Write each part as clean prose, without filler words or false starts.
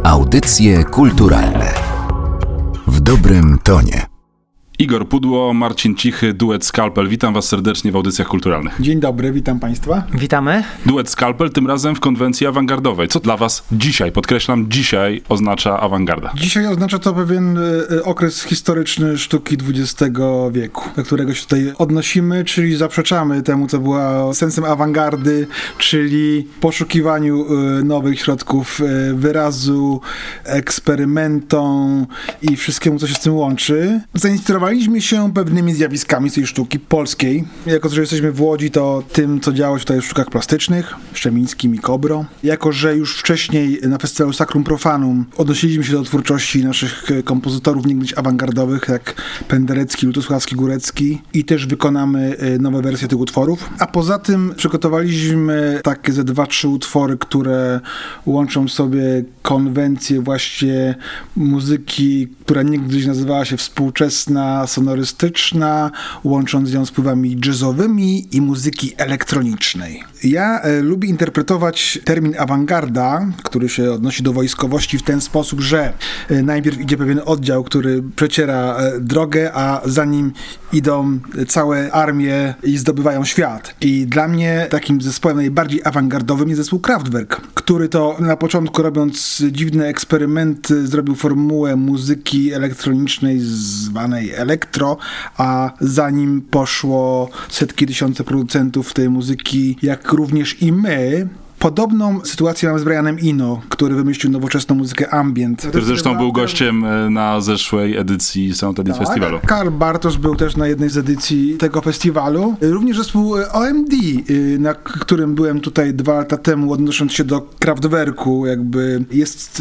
Audycje kulturalne w dobrym tonie. Igor Pudło, Marcin Cichy, duet Skalpel. Witam was serdecznie w audycjach kulturalnych. Dzień dobry, witam państwa. Witamy. Duet Skalpel, tym razem w konwencji awangardowej. Co dla was dzisiaj, podkreślam, dzisiaj oznacza awangarda? Dzisiaj oznacza to pewien okres historyczny sztuki XX wieku, do którego się tutaj odnosimy, czyli zaprzeczamy temu, co było sensem awangardy, czyli poszukiwaniu nowych środków wyrazu, eksperymentom i wszystkiemu, co się z tym łączy. Zainspirowaliśmy się pewnymi zjawiskami z tej sztuki polskiej. Jako że jesteśmy w Łodzi, to tym, co działo się tutaj w sztukach plastycznych, Szczemińskim i Kobro. Jako że już wcześniej na festiwalu Sacrum Profanum odnosiliśmy się do twórczości naszych kompozytorów niegdyś awangardowych, jak Penderecki, Lutosławski-Górecki, i też wykonamy nowe wersje tych utworów. A poza tym przygotowaliśmy takie ze 2-3 utwory, które łączą sobie konwencję właśnie muzyki, która niegdyś nazywała się współczesna, sonorystyczna, łącząc ją z wpływami jazzowymi i muzyki elektronicznej. Ja lubię interpretować termin awangarda, który się odnosi do wojskowości w ten sposób, że najpierw idzie pewien oddział, który przeciera drogę, a za nim idą całe armie i zdobywają świat. I dla mnie takim zespołem najbardziej awangardowym jest zespół Kraftwerk, który to na początku, robiąc dziwne eksperymenty, zrobił formułę muzyki elektronicznej zwanej elektro, a za nim poszło setki tysiące producentów tej muzyki, jak również i my. Podobną sytuację mamy z Brianem Eno, który wymyślił nowoczesną muzykę ambient. Który zresztą był gościem na zeszłej edycji Sound Edit Festiwalu. Karl Bartosz był też na jednej z edycji tego festiwalu. Również zespół OMD, na którym byłem tutaj 2 lata temu, odnosząc się do Kraftwerku, jakby jest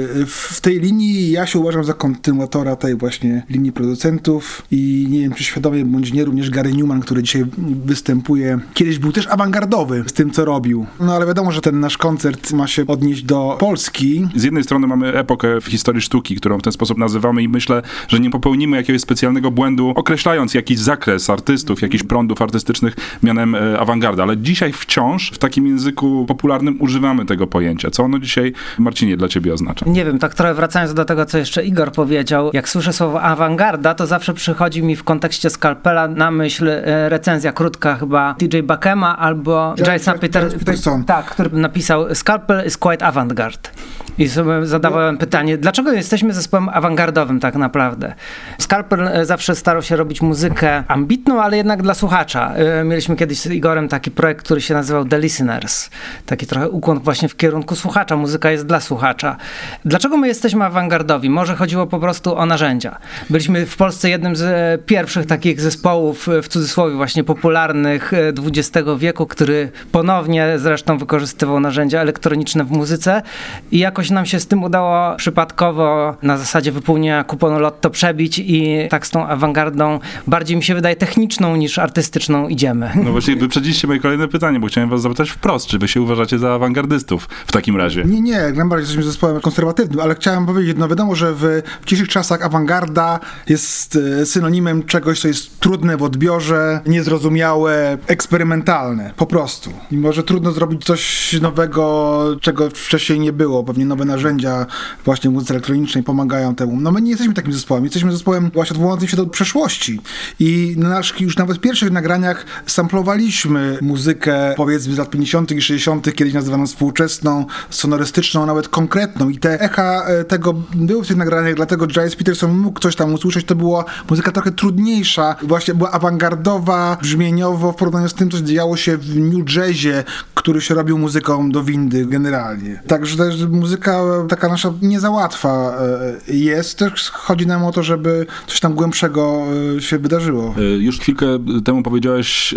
w tej linii. Ja się uważam za kontynuatora tej właśnie linii producentów i nie wiem, czy świadomie bądź nie, również Gary Newman, który dzisiaj występuje, kiedyś był też awangardowy z tym, co robił. No ale wiadomo, że ten nasz koncert ma się odnieść do Polski. Z jednej strony mamy epokę w historii sztuki, którą w ten sposób nazywamy, i myślę, że nie popełnimy jakiegoś specjalnego błędu, określając jakiś zakres artystów, jakichś prądów artystycznych mianem awangarda, ale dzisiaj wciąż w takim języku popularnym używamy tego pojęcia. Co ono dzisiaj, Marcinie, dla ciebie oznacza? Nie wiem, tak trochę wracając do tego, co jeszcze Igor powiedział, jak słyszę słowo awangarda, to zawsze przychodzi mi w kontekście Skalpela na myśl recenzja krótka chyba DJ Bakema albo Jasona Peterson. Tak, który napisał Skalpel is quite avant-garde. I sobie zadawałem pytanie, dlaczego jesteśmy zespołem awangardowym tak naprawdę? Skalpel zawsze starał się robić muzykę ambitną, ale jednak dla słuchacza. Mieliśmy kiedyś z Igorem taki projekt, który się nazywał The Listeners. Taki trochę ukłon właśnie w kierunku słuchacza. Muzyka jest dla słuchacza. Dlaczego my jesteśmy awangardowi? Może chodziło po prostu o narzędzia. Byliśmy w Polsce jednym z pierwszych takich zespołów, w cudzysłowie właśnie popularnych XX wieku, który ponownie zresztą wykorzystywał narzędzia elektroniczne w muzyce i jakoś nam się z tym udało przypadkowo na zasadzie wypełnienia kuponu Lotto przebić i tak z tą awangardą bardziej mi się wydaje techniczną niż artystyczną idziemy. No właśnie wyprzedziliście moje kolejne pytanie, bo chciałem was zapytać wprost, czy wy się uważacie za awangardystów w takim razie? Nie, jak najbardziej jesteśmy zespołem konserwatywnym, ale chciałem powiedzieć, no wiadomo, że w dzisiejszych czasach awangarda jest synonimem czegoś, co jest trudne w odbiorze, niezrozumiałe, eksperymentalne, po prostu. I może trudno zrobić coś nowego, czego wcześniej nie było. Pewnie nowe narzędzia właśnie w muzyce elektronicznej pomagają temu. No my nie jesteśmy takim zespołem. Jesteśmy zespołem właśnie odwołującym się do przeszłości. I na naszych już nawet pierwszych nagraniach samplowaliśmy muzykę powiedzmy z lat 50. i 60., kiedyś nazywaną współczesną, sonorystyczną, nawet konkretną. I te echa tego były w tych nagraniach, dlatego Jason Peterson mógł coś tam usłyszeć. To była muzyka trochę trudniejsza, właśnie była awangardowa, brzmieniowo w porównaniu z tym, co działo się w New Jazzie, który się robił muzyką do windy generalnie. Także też muzyka taka nasza nie za łatwa jest. Też chodzi nam o to, żeby coś tam głębszego się wydarzyło. Już chwilkę temu powiedziałeś,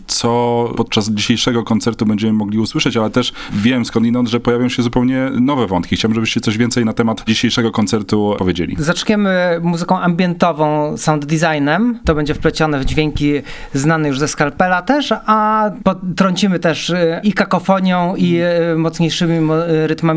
co podczas dzisiejszego koncertu będziemy mogli usłyszeć, ale też wiem skądinąd, że pojawią się zupełnie nowe wątki. Chciałbym, żebyście coś więcej na temat dzisiejszego koncertu powiedzieli. Zaczniemy muzyką ambientową, sound designem. To będzie wplecione w dźwięki znane już ze Skalpela też, a potrącimy też i kakofonią, i mocniejszymi rytmami techno,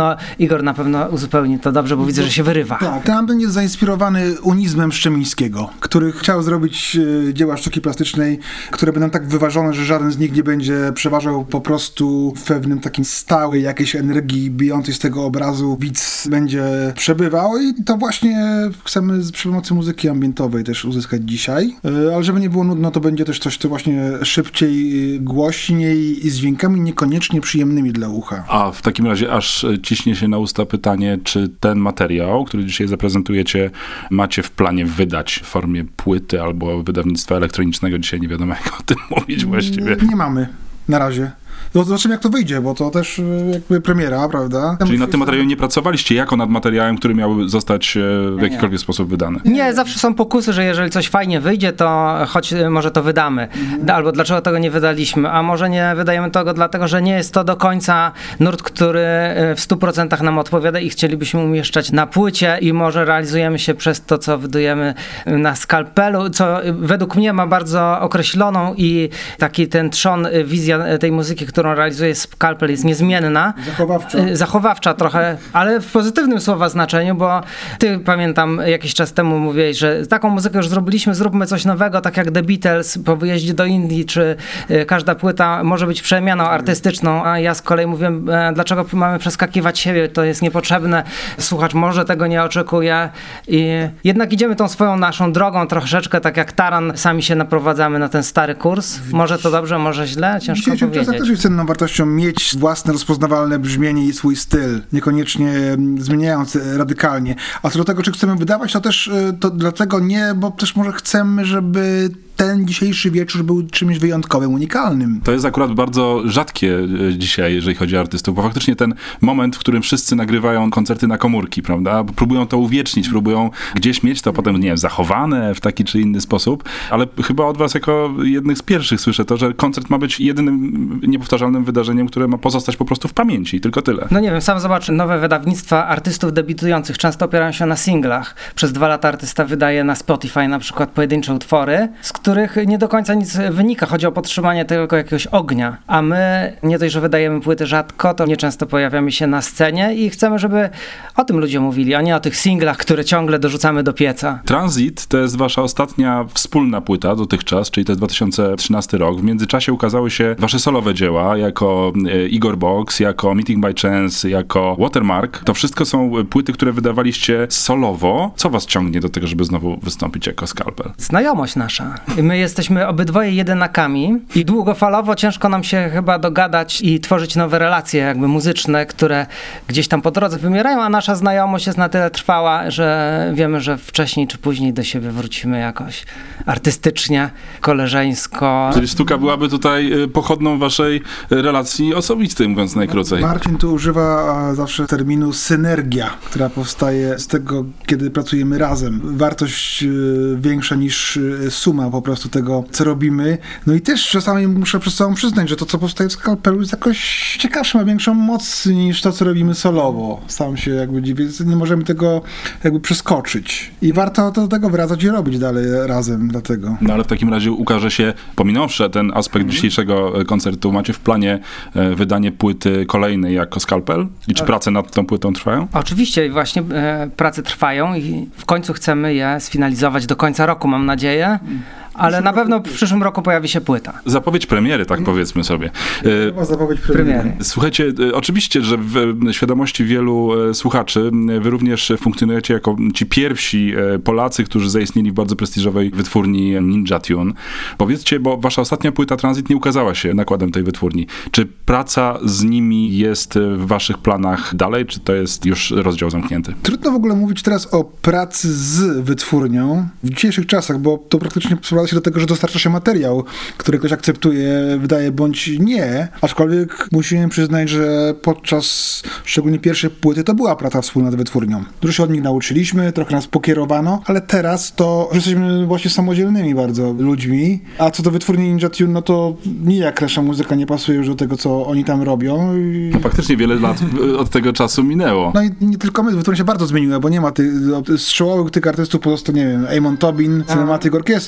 pewno Igor uzupełni to dobrze, bo widzę, że się wyrywa. Tak, ten album jest zainspirowany unizmem Szczemińskiego, który chciał zrobić dzieła sztuki plastycznej, które będą tak wyważone, że żaden z nich nie będzie przeważał po prostu w pewnym takim stałej jakiejś energii bijącej z tego obrazu. Widz będzie przebywał i to właśnie chcemy przy pomocy muzyki ambientowej też uzyskać dzisiaj. Ale żeby nie było nudno, to będzie też coś, co właśnie szybciej, głośniej i z dźwiękami niekoniecznie przyjemnymi dla ucha. A w takim razie aż ciśnie się na usta pytanie, czy ten materiał, który dzisiaj zaprezentujecie, macie w planie wydać w formie płyty albo wydawnictwa elektronicznego? Dzisiaj nie wiadomo, jak o tym mówić właściwie. Nie mamy na razie. Zobaczymy, jak to wyjdzie, bo to też jakby premiera, prawda? Czyli nad tym materiałem nie pracowaliście jako nad materiałem, który miał zostać w jakikolwiek sposób wydany? Nie, zawsze są pokusy, że jeżeli coś fajnie wyjdzie, to choć może to wydamy. Albo dlaczego tego nie wydaliśmy, a może nie wydajemy tego dlatego, że nie jest to do końca nurt, który w 100% nam odpowiada i chcielibyśmy umieszczać na płycie i może realizujemy się przez to, co wydajemy na skalpelu, co według mnie ma bardzo określoną i taki ten trzon, wizja tej muzyki, którą realizuje Skalpel, jest niezmienna. Zachowawcza trochę, ale w pozytywnym słowa znaczeniu, bo ty, pamiętam, jakiś czas temu mówiłeś, że taką muzykę już zrobiliśmy, zróbmy coś nowego, tak jak The Beatles po wyjeździe do Indii, czy każda płyta może być przemianą artystyczną, a ja z kolei mówiłem, dlaczego mamy przeskakiwać siebie, to jest niepotrzebne, słuchacz może tego nie oczekuje i jednak idziemy tą swoją naszą drogą troszeczkę, tak jak Taran, sami się naprowadzamy na ten stary kurs. Może to dobrze, może źle, ciężko powiedzieć. Też jest cenną wartością mieć własne rozpoznawalne brzmienie i swój styl, niekoniecznie zmieniając radykalnie. A co do tego, czy chcemy wydawać, to też to dlatego nie, bo też może chcemy, żeby ten dzisiejszy wieczór był czymś wyjątkowym, unikalnym. To jest akurat bardzo rzadkie dzisiaj, jeżeli chodzi o artystów, bo faktycznie ten moment, w którym wszyscy nagrywają koncerty na komórki, prawda? Próbują to uwiecznić, próbują gdzieś mieć to potem, nie wiem, zachowane w taki czy inny sposób, ale chyba od was jako jednych z pierwszych słyszę to, że koncert ma być jedynym niepowtarzalnym wydarzeniem, które ma pozostać po prostu w pamięci, tylko tyle. No nie wiem, sam zobacz, nowe wydawnictwa artystów debiutujących często opierają się na singlach. Przez 2 lata artysta wydaje na Spotify na przykład pojedyncze utwory, z których nie do końca nic wynika. Chodzi o podtrzymanie tego jakiegoś ognia. A my nie dość, że wydajemy płyty rzadko, to nieczęsto pojawiamy się na scenie i chcemy, żeby o tym ludzie mówili, a nie o tych singlach, które ciągle dorzucamy do pieca. Transit to jest wasza ostatnia wspólna płyta dotychczas, czyli to jest 2013 rok. W międzyczasie ukazały się wasze solowe dzieła, jako Igor Box, jako Meeting by Chance, jako Watermark. To wszystko są płyty, które wydawaliście solowo. Co was ciągnie do tego, żeby znowu wystąpić jako Skalpel? Znajomość nasza. My jesteśmy obydwoje jedynakami i długofalowo ciężko nam się chyba dogadać i tworzyć nowe relacje jakby muzyczne, które gdzieś tam po drodze wymierają, a nasza znajomość jest na tyle trwała, że wiemy, że wcześniej czy później do siebie wrócimy jakoś artystycznie, koleżeńsko. Czyli sztuka byłaby tutaj pochodną waszej relacji osobistej, mówiąc najkrócej. Marcin tu używa zawsze terminu synergia, która powstaje z tego, kiedy pracujemy razem. Wartość większa niż suma po prostu tego, co robimy. No i też czasami muszę przed sobą przyznać, że to, co powstaje w Skalpelu, jest jakoś ciekawsze, ma większą moc niż to, co robimy solowo. Sam się jakby dziwię, nie możemy tego jakby przeskoczyć. I warto do tego wracać i robić dalej razem dlatego. No ale w takim razie ukaże się, pominąwszy ten aspekt dzisiejszego koncertu, macie w planie wydanie płyty kolejnej jako Skalpel? I czy prace nad tą płytą trwają? Oczywiście, właśnie prace trwają i w końcu chcemy je sfinalizować do końca roku, mam nadzieję. Ale na pewno w przyszłym roku pojawi się płyta. Zapowiedź premiery, tak powiedzmy sobie. Zapowiedź premiery. Słuchajcie, oczywiście, że w świadomości wielu słuchaczy wy również funkcjonujecie jako ci pierwsi Polacy, którzy zaistnieli w bardzo prestiżowej wytwórni Ninja Tune. Powiedzcie, bo wasza ostatnia płyta Transit nie ukazała się nakładem tej wytwórni. Czy praca z nimi jest w waszych planach dalej, czy to jest już rozdział zamknięty? Trudno w ogóle mówić teraz o pracy z wytwórnią w dzisiejszych czasach, bo to praktycznie sprowadza się do tego, że dostarcza się materiał, który ktoś akceptuje, wydaje bądź nie, aczkolwiek musimy przyznać, że podczas szczególnie pierwszej płyty to była praca wspólna z wytwórnią. Dużo się od nich nauczyliśmy, trochę nas pokierowano, ale teraz to jesteśmy właśnie samodzielnymi bardzo ludźmi, a co do wytwórni Ninja Tune, no to nijak nasza muzyka nie pasuje już do tego, co oni tam robią. No faktycznie wiele lat od tego czasu minęło. No i nie tylko my, wytwórnia się bardzo zmieniła, bo nie ma z czołowych tych artystów pozostał, nie wiem, Amon Tobin, Cinematic Orchestra, a tak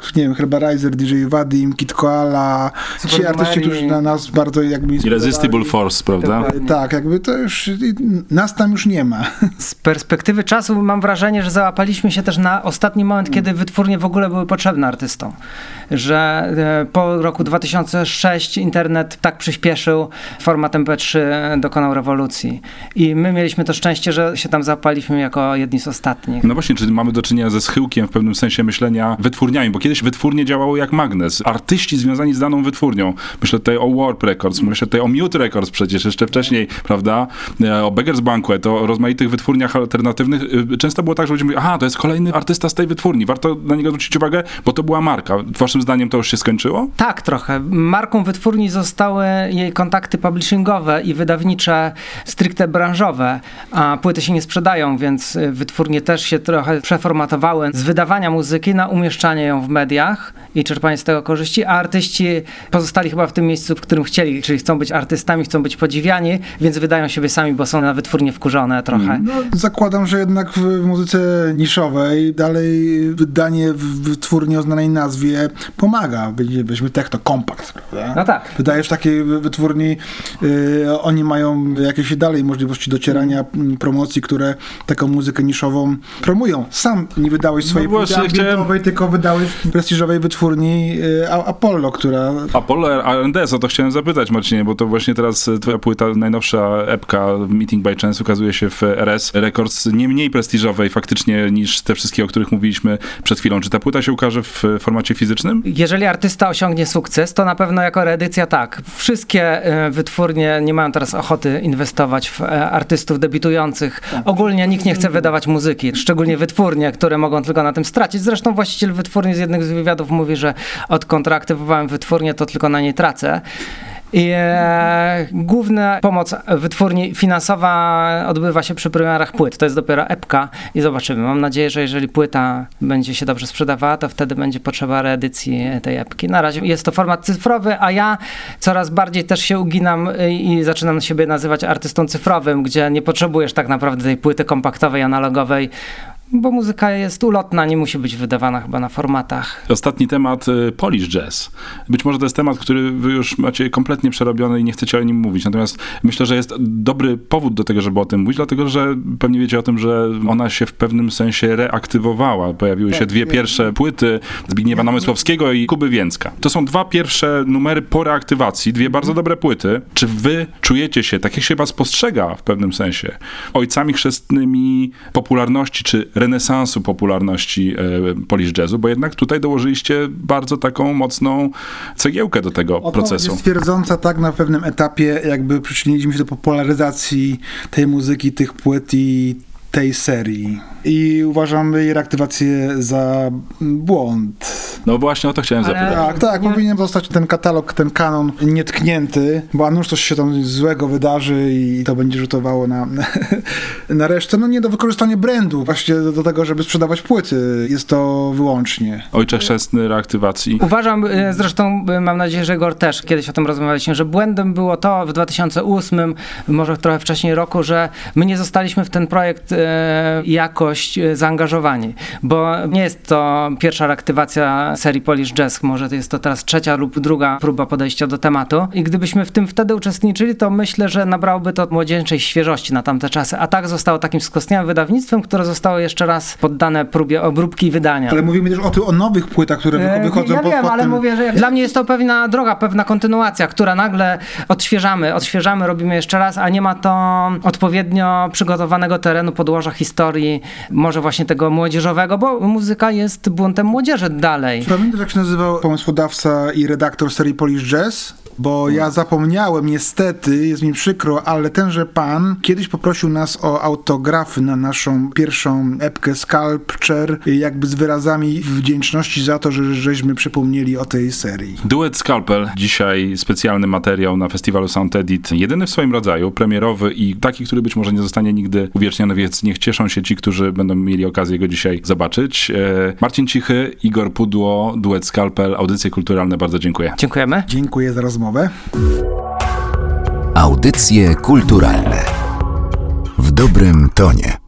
nie wiem, Herbarizer, DJ Vadim, Kid Koala, ci artyści, którzy na nas bardzo jakby Irresistible Force, prawda? Tak, jakby to już, nas tam już nie ma. Z perspektywy czasu mam wrażenie, że załapaliśmy się też na ostatni moment, kiedy wytwórnie w ogóle były potrzebne artystom. Że po roku 2006 internet tak przyspieszył, format MP3 dokonał rewolucji. I my mieliśmy to szczęście, że się tam załapaliśmy jako jedni z ostatnich. No właśnie, czyli mamy do czynienia ze schyłkiem w pewnym sensie myślenia wytwórniami, bo kiedyś wytwórnie działało jak magnes. Artyści związani z daną wytwórnią. Myślę tutaj o Warp Records, myślę tutaj o Mute Records przecież jeszcze wcześniej, prawda? O Beggars Banquet, o rozmaitych wytwórniach alternatywnych. Często było tak, że ludzie mówili, aha, to jest kolejny artysta z tej wytwórni, warto na niego zwrócić uwagę, bo to była marka. Waszym zdaniem to już się skończyło? Tak, trochę. Marką wytwórni zostały jej kontakty publishingowe i wydawnicze stricte branżowe, a płyty się nie sprzedają, więc wytwórnie też się trochę przeformatowały z wydawania muzyki na umieszczanie ją w mediach i czerpanie z tego korzyści, a artyści pozostali chyba w tym miejscu, w którym chcieli, czyli chcą być artystami, chcą być podziwiani, więc wydają siebie sami, bo są na wytwórnie wkurzone trochę. No, zakładam, że jednak w muzyce niszowej dalej wydanie w wytwórni o znanej nazwie pomaga. Weźmy Techno Compact, prawda? No tak. Wydajesz w takiej wytwórni, oni mają jakieś dalej możliwości docierania, promocji, które taką muzykę niszową promują. Sam nie wydałeś swojej płyty ambientowej, tylko wydałeś w prestiżowej wytwórni Apollo, która... Apollo R&S, o to chciałem zapytać, Marcinie, bo to właśnie teraz twoja płyta, najnowsza epka Meeting by Chance ukazuje się w RS Records, nie mniej prestiżowej faktycznie niż te wszystkie, o których mówiliśmy przed chwilą. Czy ta płyta się ukaże w formacie fizycznym? Jeżeli artysta osiągnie sukces, to na pewno jako reedycja tak. Wszystkie wytwórnie nie mają teraz ochoty inwestować w artystów debiutujących. Ogólnie nikt nie chce wydawać muzyki, szczególnie wytwórnie, które mogą tylko na tym stracić. Zresztą właściciel wytwórni z jednych z wywiadów mówi, że odkąd reaktywowałem wytwórnię, to tylko na niej tracę. I główna pomoc wytwórni finansowa odbywa się przy premierach płyt. To jest dopiero epka i zobaczymy. Mam nadzieję, że jeżeli płyta będzie się dobrze sprzedawała, to wtedy będzie potrzeba reedycji tej epki. Na razie jest to format cyfrowy, a ja coraz bardziej też się uginam i zaczynam siebie nazywać artystą cyfrowym, gdzie nie potrzebujesz tak naprawdę tej płyty kompaktowej, analogowej, bo muzyka jest ulotna, nie musi być wydawana chyba na formatach. Ostatni temat, Polish Jazz. Być może to jest temat, który wy już macie kompletnie przerobiony i nie chcecie o nim mówić. Natomiast myślę, że jest dobry powód do tego, żeby o tym mówić, dlatego że pewnie wiecie o tym, że ona się w pewnym sensie reaktywowała. Pojawiły się dwie pierwsze płyty Zbigniewa Namysłowskiego i Kuby Więcka. To są dwa pierwsze numery po reaktywacji, dwie bardzo dobre płyty. Czy wy czujecie się, tak jak się was postrzega w pewnym sensie, ojcami chrzestnymi popularności, czy renesansu popularności Polish Jazzu, bo jednak tutaj dołożyliście bardzo taką mocną cegiełkę do tego procesu. Jest twierdząca tak na pewnym etapie, jakby przyczyniliśmy się do popularyzacji tej muzyki, tych płyt i tej serii. I uważamy jej reaktywację za błąd. No właśnie o to chciałem zapytać. Tak, powinien zostać ten katalog, ten kanon nietknięty, bo a nuż coś się tam złego wydarzy i to będzie rzutowało na resztę. No nie do wykorzystania brandu, właśnie do tego, żeby sprzedawać płyty. Jest to wyłącznie. Ojcze chrzestny reaktywacji. Uważam, zresztą mam nadzieję, że Igor też kiedyś o tym rozmawialiśmy, że błędem było to w 2008, może trochę wcześniej roku, że my nie zostaliśmy w ten projekt jakoś zaangażowani, bo nie jest to pierwsza reaktywacja serii Polish Jazz, może jest to teraz trzecia lub druga próba podejścia do tematu i gdybyśmy w tym wtedy uczestniczyli, to myślę, że nabrałoby to młodzieńczej świeżości na tamte czasy, a tak zostało takim skostniałym wydawnictwem, które zostało jeszcze raz poddane próbie obróbki i wydania. Ale mówimy też o nowych płytach, które wychodzą ja wiem, ale tym... mówię, że dla mnie jest to pewna droga, pewna kontynuacja, która nagle odświeżamy, robimy jeszcze raz, a nie ma to odpowiednio przygotowanego terenu, podłoża historii, może właśnie tego młodzieżowego, bo muzyka jest buntem młodzieży dalej. Pamiętasz, jak się nazywał pomysłodawca i redaktor serii Polish Jazz? Bo ja zapomniałem, niestety, jest mi przykro, ale tenże pan kiedyś poprosił nas o autografy na naszą pierwszą epkę Sculpture, jakby z wyrazami wdzięczności za to, żeśmy przypomnieli o tej serii. Duet Scalpel, dzisiaj specjalny materiał na festiwalu Sound Edit, jedyny w swoim rodzaju, premierowy i taki, który być może nie zostanie nigdy uwieczniony, więc niech cieszą się ci, którzy będą mieli okazję go dzisiaj zobaczyć. Marcin Cichy, Igor Pudło, Duet Scalpel, audycje kulturalne, bardzo dziękuję. Dziękujemy. Dziękuję za rozmowę. Audycje kulturalne w dobrym tonie.